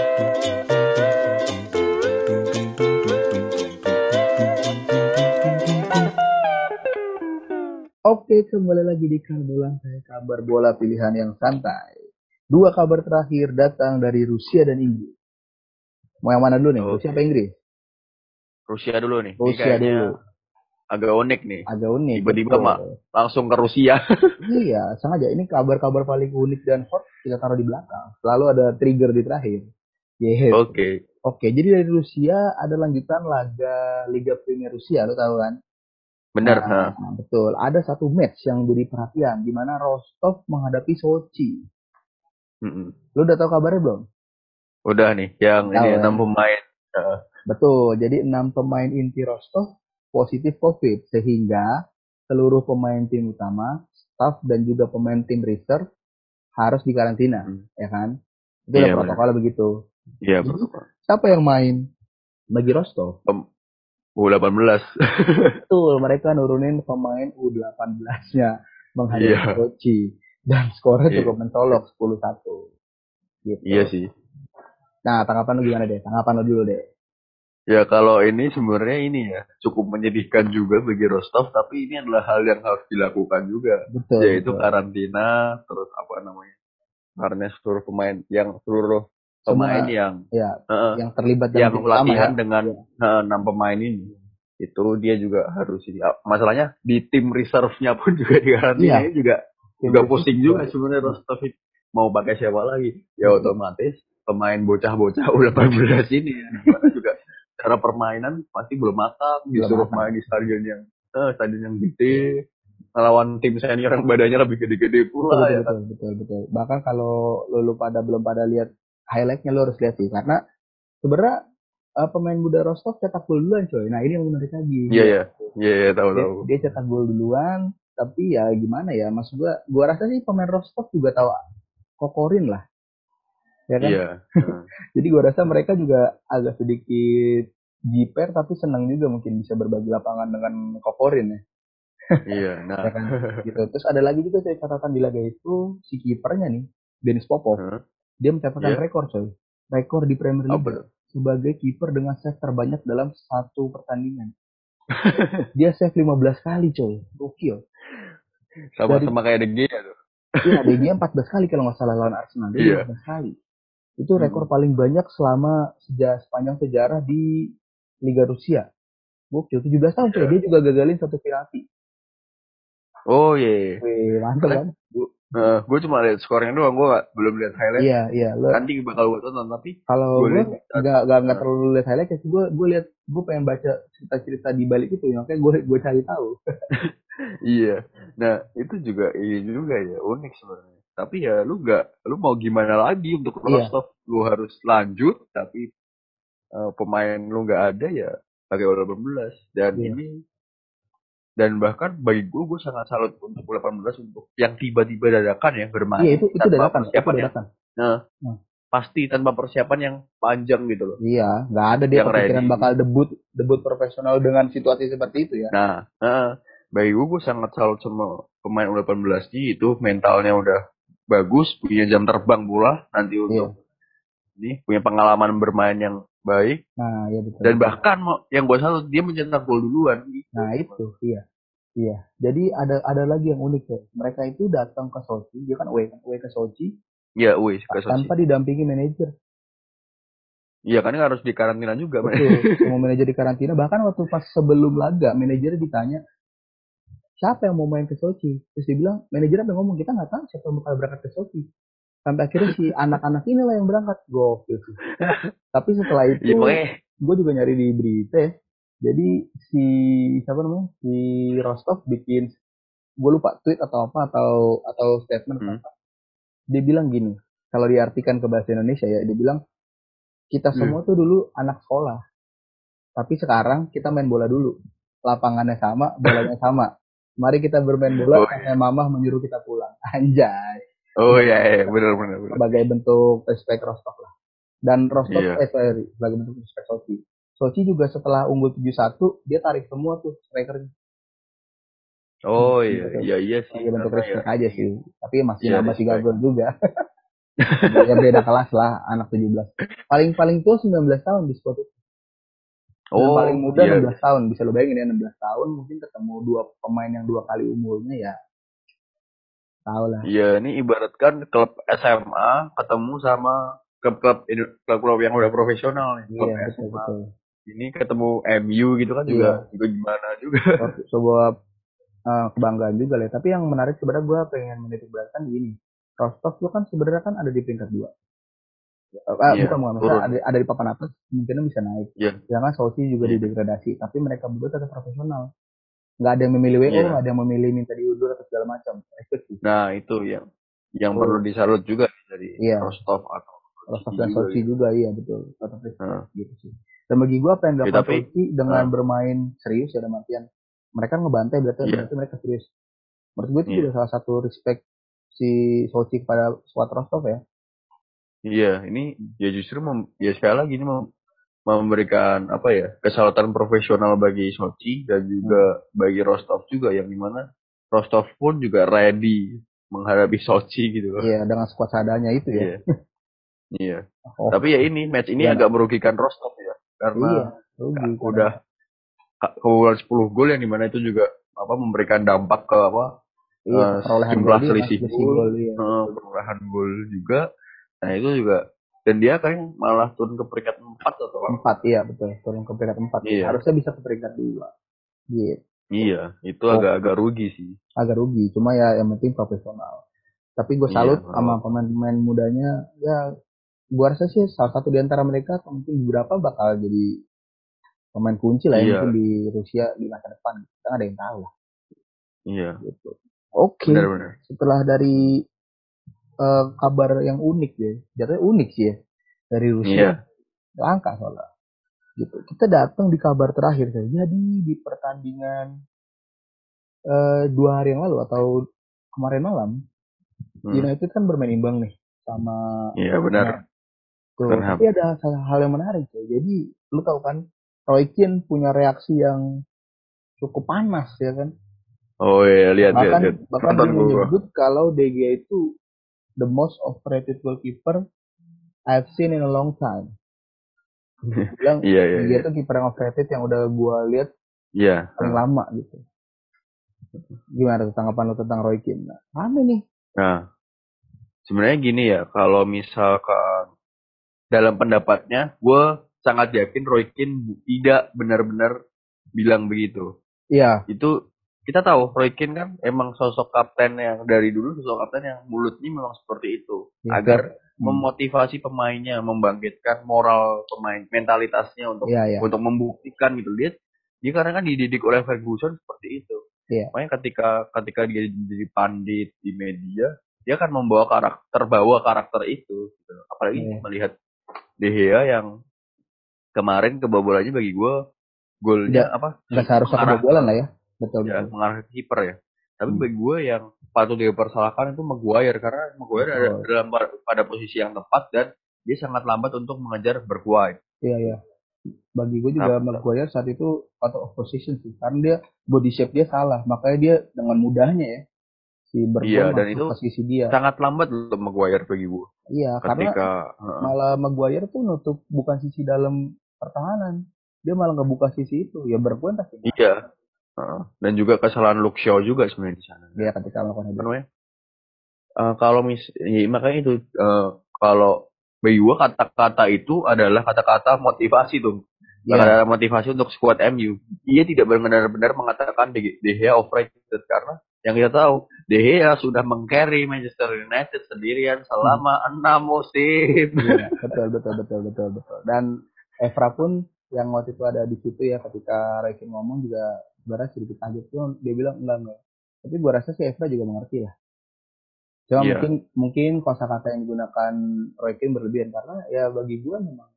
Oke, kembali lagi di Karbolantai, kabar bola pilihan yang santai. Dua kabar terakhir datang dari Rusia dan Inggris. Mau yang mana dulu nih? Oke. Rusia apa Inggris? Rusia dulu nih. Ini Rusia kayaknya dulu. agak unik nih. Agak unik. Tiba-tiba betul. mak langsung ke Rusia. Iya, sengaja. Ini kabar-kabar paling unik dan hot kita taruh di belakang. Selalu ada trigger di terakhir. Yes. Oke. Oke, jadi dari Rusia ada lanjutan laga Liga Premier Rusia, lo tahu kan? Bener. Nah, Nah. betul. Ada satu match yang jadi perhatian, di mana Rostov menghadapi Sochi. Mm-mm. Lo udah tahu kabarnya belum? Udah nih. Yang Tahu ini ya? enam pemain. Heeh. Betul. Jadi enam pemain inti Rostov positif COVID, sehingga seluruh pemain tim utama, staff dan juga pemain tim reserve harus dikarantina, Mm. ya kan? Itu Iya udah bener. protokol begitu. Iya Jadi protokol. siapa yang main bagi Rostov? Pem- U delapan belas. Betul, mereka nurunin pemain U delapan belas-nya menghadapi Iya. Sochi dan skornya Iya. cukup mencolok sepuluh satu. Gitu. Iya sih. Nah, tanggapan lu gimana deh? Tanggapan lu dulu deh. Ya kalau ini sebenarnya ini ya cukup menyedihkan juga bagi Rostov, tapi ini adalah hal yang harus dilakukan juga, Betul, yaitu betul. karantina, terus apa namanya, karena seluruh pemain yang seluruh pemain Semua yang ya eh, yang terlibat dalam yang tim utama ya. latihan dengan eh, enam pemain ini, itu dia juga harus ini. Ah, masalahnya di tim reserve-nya pun juga di karantina Iya. ini juga Tim juga reserve pusing juga. juga sebenarnya Rostov itu mau pakai siapa lagi, ya Hmm. otomatis pemain bocah-bocah U delapan belas ini ya, dimana juga cara permainan pasti belum matang, Belum disuruh matang. main di stadion yang eh, stadion yang gede, lawan tim senior yang badannya lebih gede-gede Betul, pula betul, ya betul, kan. betul, betul. Bahkan kalau lu, lu pada belum pada lihat highlightnya, lu harus lihat sih, karena sebenarnya uh, pemain muda Rostov cetak gol duluan coy. Nah ini yang menarik lagi. Iya iya iya iya tahu Dia, tahu. dia cetak gol duluan, tapi ya gimana ya, maksud gua, gua rasa sih pemain Rostov juga tahu Kokorin lah, ya kan? Iya. Heeh. Jadi gua rasa mereka juga agak sedikit jiper, tapi senang juga mungkin bisa berbagi lapangan dengan Kokorin ya. Iya. Nah. Ya kan? Gitu. Terus ada lagi juga coy catatan di laga itu si kipernya nih, Denis Popov. Heeh. Dia mencatatkan Iya. rekor coy. Rekor di Premier League Apa tuh? sebagai kiper dengan save terbanyak dalam satu pertandingan. Dia save lima belas kali coy. Gokil. Sama Dari sama kayak De Gea tuh. Iya, De Gea empat belas kali kalau nggak salah lawan Arsenal. Dia Iya. lima belas kali. Itu rekor Hmm. paling banyak selama sejak sepanjang sejarah di Liga Rusia. Gokil, tujuh belas tahun coy. Iya. Dia juga gagalin satu penalti. Oh iya. Yeah. Wih, mantap Soalnya kan? gue uh, gue cuma lihat skornya doang, gue gak, belum lihat highlight. Iya, iya. Lo, Nanti bakal gue tonton, tapi kalau gue gue lihat di stat. nggak nggak nggak Uh, terlalu lihat highlight sih. Gue gue lihat gue pengen baca cerita-cerita di balik itu. Ya. Makanya gue gue cari tahu. iya. Nah itu juga ini juga ya unik sebenarnya. Tapi ya lu gak, lu mau gimana lagi untuk Iya, Rostov? Lu harus lanjut, tapi uh, pemain lu nggak ada ya pakai U delapan belas. Dan iya. ini dan bahkan bagi gue gue sangat salut untuk U delapan belas untuk yang tiba-tiba dadakan ya Iya bermain itu itu tanpa dadakan, itu persiapan yang dadakan. nah, Nah, pasti tanpa persiapan yang panjang gitu loh, iya, nggak ada dia yang kepikiran bakal ready. debut debut profesional dengan situasi seperti itu ya. Nah, uh, bagi gue gue sangat salut sama pemain U delapan belas itu, mentalnya udah bagus, punya jam terbang pula nanti Iya. untuk ini, punya pengalaman bermain yang baik, Nah, iya betul dan betul. bahkan mau yang gue salut dia mencetak gol duluan gitu. Nah itu, iya, iya. Jadi ada ada lagi yang unik ya. Mereka itu datang ke Sochi, dia kan away, away ke Sochi Ya, wih, suka tanpa Sochi. didampingi manajer. Iya kan harus dikarantina juga. Betul, semua manajer di karantina. Bahkan waktu pas sebelum laga, manajernya ditanya siapa yang mau main ke Sochi. Terus dia bilang, manajernya apa yang ngomong kita nggak tahu siapa yang bakal berangkat ke Sochi. Sampai akhirnya si anak-anak inilah yang berangkat. Gokil sih. Tapi setelah Iya itu, makanya. gue juga nyari di berita ya. Jadi si siapa namanya si Rostov bikin, gue lupa tweet atau apa atau atau statement Hmm. apa. Dia bilang gini, kalau diartikan ke bahasa Indonesia ya, dia bilang kita Hmm. semua tuh dulu anak sekolah, tapi sekarang kita main bola dulu. Lapangannya sama, bolanya sama. Mari kita bermain bola Oh sampai iya. mamah menyuruh kita pulang. Anjay. Oh Sebagai, iya, iya. Benar benar benar. sebagai bentuk respect Rostov lah. Dan Rostov, Iya. eh sorry, sebagai bentuk respect Sochi. Sochi juga setelah unggul tujuh satu, dia tarik semua tuh striker. Oh iya, Bentuk, iya iya sih sebagai bentuk karena ya respect aja ini sih. Tapi masih ya nambah tiga respect. gol juga. Ya beda kelas lah, anak tujuh belas. Paling-paling tua sembilan belas tahun di squad itu. Dan paling Oh muda iya. enam belas tahun. Bisa lo bayangin ya enam belas tahun mungkin ketemu dua pemain yang dua kali umurnya ya. Tahu lah. Iya, ini ibaratkan klub S M A ketemu sama klub-klub Indo- klub-klub yang udah profesional nih. Klub Iya betul S M A betul. ini ketemu M U gitu kan juga Iya. juga gimana juga. Suatu- Sebuah uh, kebanggaan juga lah. Tapi yang menarik sebenarnya gue pengen menitik beratkan gini. Rostov itu kan sebenarnya kan ada di peringkat dua. Uh, Iya, bukan bukan maksudnya turun. ada, ada di papan atas kemungkinan bisa naik. Iya, Jangan Sochi juga iya. didegradasi. Tapi mereka berdua tetap profesional. Nggak ada yang memilih W O, nggak Iya. ada yang memilih minta diundur atau segala macam. Respect sih. Nah, itu yang yang perlu Oh, disalut juga dari iya. Rostov atau Rostov Sochi dan juga Sochi gitu. juga iya betul. Tetap respect Nah, gitu sih. Dan bagi gue apa yang ya dilakukan tapi Sochi dengan nah, bermain serius ya dalam artian mereka ngebantai berarti iya, berarti mereka serius. Menurut gue itu juga iya. salah satu respect si Sochi kepada squad Rostov ya. Iya, ini ya justru mem, ya sekali lagi ini mem, memberikan apa ya kesalutan profesional bagi Sochi dan juga Hmm. bagi Rostov juga yang dimana Rostov pun juga ready menghadapi Sochi gitu loh. Iya dengan squad seadanya itu ya. Iya, iya. Oh Tapi ya ini match ini gimana? agak merugikan Rostov ya karena Iya rugi karena udah ka- kebobolan sepuluh gol yang dimana itu juga apa memberikan dampak ke apa iya eh, perolehan gol jumlah dia kan selisih selisih gol, gol dia eh, betul. perolehan gol juga. Nah itu juga dan dia kan malah turun ke peringkat empat atau apa? Empat iya betul turun ke peringkat empat ya. Iya, Harusnya bisa ke peringkat dua. Gitu. iya, itu Oke agak-agak rugi sih. agak rugi cuma ya yang penting profesional. Tapi gue Iya, salut kalau sama pemain-pemain mudanya ya gue rasa sih salah satu di antara mereka atau mungkin beberapa bakal jadi pemain kunci lah ya mungkin iya, di Rusia di masa depan. Kita nggak ada yang tahu lah. iya, Gitu. Oke, benar-benar. setelah dari eh, kabar yang unik ya, jatuhnya unik sih ya dari Rusia Iya, langka soalnya. Gitu. Kita datang di kabar terakhir ya. Jadi di pertandingan eh, dua hari yang lalu atau kemarin malam, hmm, United kan bermain imbang nih sama iya benar. Tottenham. Tuh, tapi Tottenham. ada salah hal yang menarik ya. Jadi lu tahu kan, Roy Keane punya reaksi yang cukup panas ya kan. Oh iya, lihat, lihat, Bahkan lihat. bahkan Nonton dia gua. menyebut kalau De Gea itu the most overrated goalkeeper I've seen in a long time. Dia bilang Iya, iya, De Gea iya. itu kiper yang overrated yang udah gua lihat Iya, paling lama gitu. Gimana tuh tanggapan lu tentang Roy Keane? Nah, rame nih. Nah, sebenarnya gini ya, kalau misalkan dalam pendapatnya, gue sangat yakin Roy Keane tidak benar-benar bilang begitu. Iya. Itu kita tahu Roy Keane kan emang sosok kapten yang dari dulu sosok kapten yang mulutnya memang seperti itu, Ya, agar hmm. memotivasi pemainnya, membangkitkan moral pemain, mentalitasnya untuk Iya, iya. untuk membuktikan gitu. Dia dia karena kan dididik oleh Ferguson seperti itu. Iya. Makanya ketika ketika dia jadi pandit di media, dia akan membawa karakter, bawa karakter itu. Gitu. Apalagi Iya. melihat De Gea yang kemarin kebobolannya bagi gue golnya Tidak, apa? nggak seharusnya Mengarah kebobolan ke lah ya. Betul, ya betul. mengarah ke kiper ya. Tapi Hmm. bagi gue yang patut dipersalahkan itu Maguire karena Maguire ada Betul. dalam pada posisi yang tepat dan dia sangat lambat untuk mengejar Bergwijn. Iya, iya. Bagi gue juga Tapi, Maguire saat itu out of position sih. Karena dia body shape dia salah. Makanya dia dengan mudahnya ya si iya Bergwijn dan masuk itu posisi dia. sangat lambat untuk Maguire bagi gue. Iya, karena Ketika uh, malah Maguire tuh nutup bukan sisi dalam pertahanan. Dia malah ngebuka sisi itu. Ya Bergwijn pasti masuk. iya uh, dan juga kesalahan Luke Shaw juga sebenarnya di sana. Dia ketika melakukan itu. Namanya uh, kalau mis ya, makanya itu uh, kalau bagi gue kata-kata itu adalah kata-kata motivasi tuh. Iya. Kata-kata motivasi untuk skuad M U. Dia tidak benar-benar mengatakan De De Gea overrated karena yang kita tahu De Gea sudah meng-carry Manchester United sendirian selama enam musim. Iya, betul, betul, betul, betul, betul. Dan Evra pun yang waktu itu ada di situ ya ketika Roy Keane ngomong juga sebenarnya sedikit kaget tuh dia bilang enggak enggak. Tapi gua rasa sih Evra juga mengerti lah. Cuma Iya, mungkin mungkin kosakata yang digunakan Roy Keane berlebihan karena ya bagi gua memang.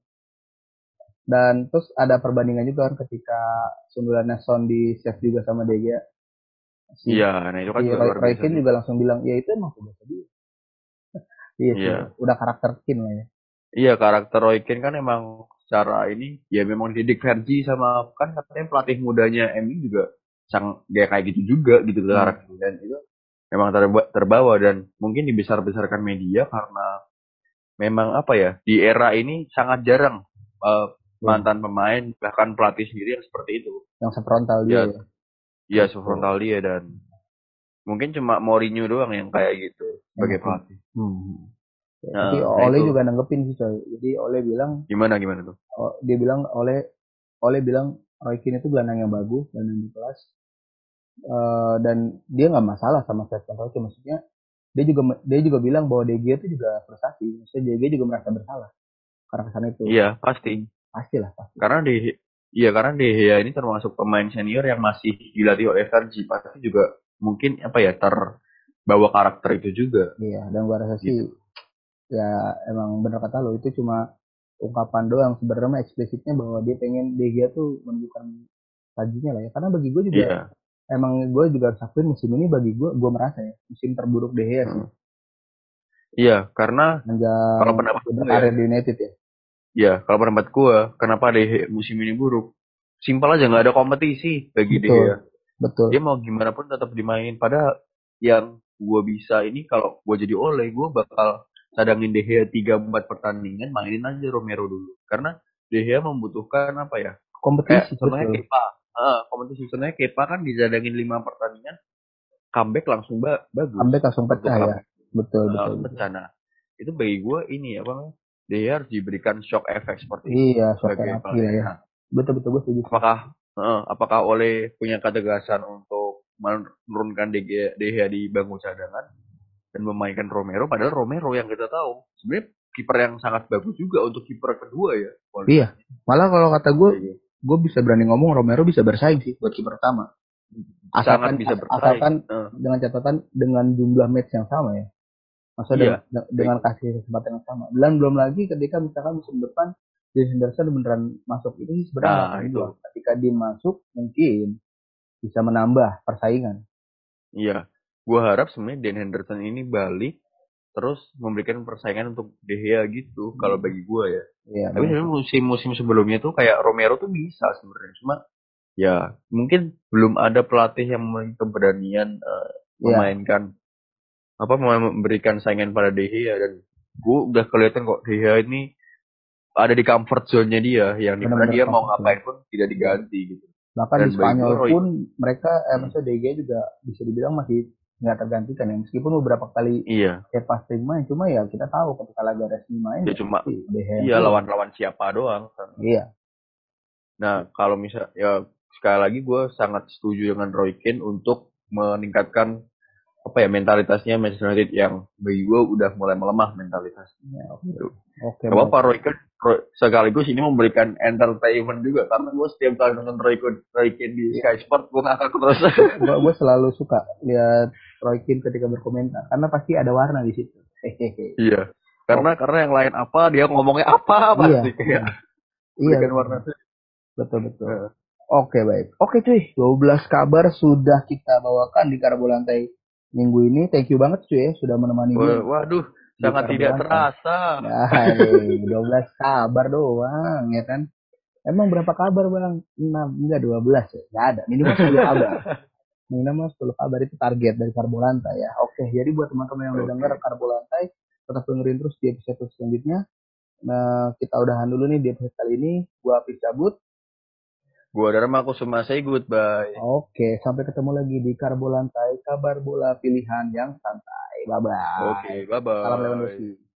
Dan terus ada perbandingan juga kan ketika sundulannya Son di save juga sama De Gea. Si, iya, nah itu kan si juga Roy, luar Roy biasa Keane juga. juga langsung bilang ya itu emang tugas dia. Iya sih, Iya, udah karakter Keane lah ya. iya karakter Roy Keane kan emang secara ini ya memang didik Fergie sama kan katanya pelatih mudanya M U juga sang dia kayak gitu juga gitu Hmm. karakter dan itu memang terba terbawa dan mungkin dibesar-besarkan media karena memang apa ya di era ini sangat jarang uh, mantan pemain bahkan pelatih sendiri yang seperti itu. Yang sefrontal dia Ya, ya. ya sefrontal dia dan mungkin cuma Mourinho doang yang kayak gitu sebagai Yang pelatih. Hmm. Ya, Nah, tapi nah Ole itu juga nanggepin sih coy. Jadi Ole bilang, gimana gimana tuh? oh, dia bilang Ole Ole bilang Roy Keane itu gelandang yang bagus dan yang berkelas. Uh, dan dia nggak masalah sama Stephen Roy Keane. Maksudnya dia juga dia juga bilang bahwa De Gea itu juga frustasi. Maksudnya De Gea juga merasa bersalah karena kesana itu. Iya pasti. Hmm, pastilah pasti. Karena di iya karena De Gea ini termasuk pemain senior yang masih dilatih oleh Fergie pasti juga mungkin apa ya terbawa karakter itu juga. Iya, dan gua rasa Gitu. sih ya emang bener kata lo itu cuma ungkapan doang sebenarnya eksplisitnya bahwa dia pengen De Gea tuh menunjukkan tajinya lah ya. Karena bagi gue juga Iya. emang gue juga harus akuin musim ini bagi gue gue merasa ya musim terburuk De Gea sih. Hmm. Iya, karena Menjang kalau pendapat gue berkarir ya, di United ya. ya kalau pendapat gue, kenapa De Gea musim ini buruk? Simpel aja nggak ada kompetisi bagi De Betul, Gea. betul. Dia mau gimana pun tetap dimainin. Padahal yang gue bisa ini kalau gue jadi Ole, gue bakal cadangin De Gea tiga empat pertandingan, mainin aja Romero dulu. Karena De Gea membutuhkan apa ya? Kompetisi, Kayak contohnya betul. Kepa. Uh, kompetisi contohnya Kepa kan dijadangin lima pertandingan, comeback langsung ba bagus. Comeback langsung pecah ya. Betul, Uh, betul, betul. pecah. Nah, itu bagi gue ini apa namanya? De Gea harus diberikan shock effect seperti itu. Iya, shock sebagai therapy lah ya. Nah, Betul, betul, betul. apakah uh, apakah Ole punya ketegasan untuk menurunkan De Gea, De Gea di bangku cadangan dan memainkan Romero? Padahal Romero yang kita tahu sebenarnya kiper yang sangat bagus juga untuk kiper kedua ya. Iya, malah kalau kata gue, gue bisa berani ngomong Romero bisa bersaing sih buat kiper pertama. Asalkan sangat bisa bersaing. Asalkan uh. dengan catatan dengan jumlah match yang sama ya. Maksudnya Iya. dengan, dengan kasih kesempatan yang sama. Dan belum lagi ketika misalkan musim depan Dean Henderson beneran masuk itu sih sebenarnya Nah, itu. Gua. Ketika dia masuk mungkin bisa menambah persaingan. Iya, gue harap sebenarnya Dean Henderson ini balik terus memberikan persaingan untuk De Gea gitu. Hmm. Kalau bagi gue ya. Iya, tapi sebenarnya musim-musim sebelumnya tuh kayak Romero tuh bisa sebenarnya. Cuma ya mungkin belum ada pelatih yang memiliki keberanian uh, memainkan yeah. apa memberikan saingan pada De Gea dan gue udah kelihatan kok De Gea ini ada di comfort zone-nya dia yang dimana dia mau ngapain pun tidak diganti gitu. Bahkan dan di Spanyol pun mereka eh maksudnya De Gea juga bisa dibilang masih nggak tergantikan ya. Meskipun beberapa kali Iya. Kepa sering main, cuma ya kita tahu ketika laga resmi main Ya ya cuma pasti De Gea yang iya keluar. lawan-lawan siapa doang. Iya. Nah, kalau misal ya sekali lagi gue sangat setuju dengan Roy Keane untuk meningkatkan apa ya mentalitasnya Manchester United yang bagi gue udah mulai melemah mentalitasnya. Ya, oke. Gitu. Oke, Gak apa-apa Roy Keane Roy- sekaligus ini memberikan entertainment juga karena gue setiap kali nonton Roy Keane, Roy Keane di Sky Sport gue ngakak terus. Gue gue selalu suka lihat Roy Keane ketika berkomentar karena pasti ada warna di situ. Hehehe. Iya. Karena Oh, karena yang lain apa dia ngomongnya apa iya. pasti kayak Iya, berikan warna. betul betul. Nah, Oke, baik. Oke, cuy. dua belas kabar sudah kita bawakan di Karbo Lantai minggu ini. Thank you banget, cuy, ya, sudah menemani gue wa- waduh, di sangat Karbo tidak Lantai. terasa. Nah, nih, dua belas kabar doang, ya kan? Emang berapa kabar, Bang? enam, enggak dua belas ya? Enggak ada. Minimal sepuluh kabar. Minimal sepuluh kabar itu target dari Karbo Lantai ya. Oke, jadi buat teman-teman yang udah denger Oke. Karbo Lantai, tetap dengerin terus di episode selanjutnya. Nah, kita udahan dulu nih di episode kali ini. Gua Apis cabut. Gua Dharma Kusuma say goodbye. Oke, sampai ketemu lagi di Karbo Lantai, kabar bola pilihan yang santai. Bye-bye. Oke, bye Salam bye. Lewandowski.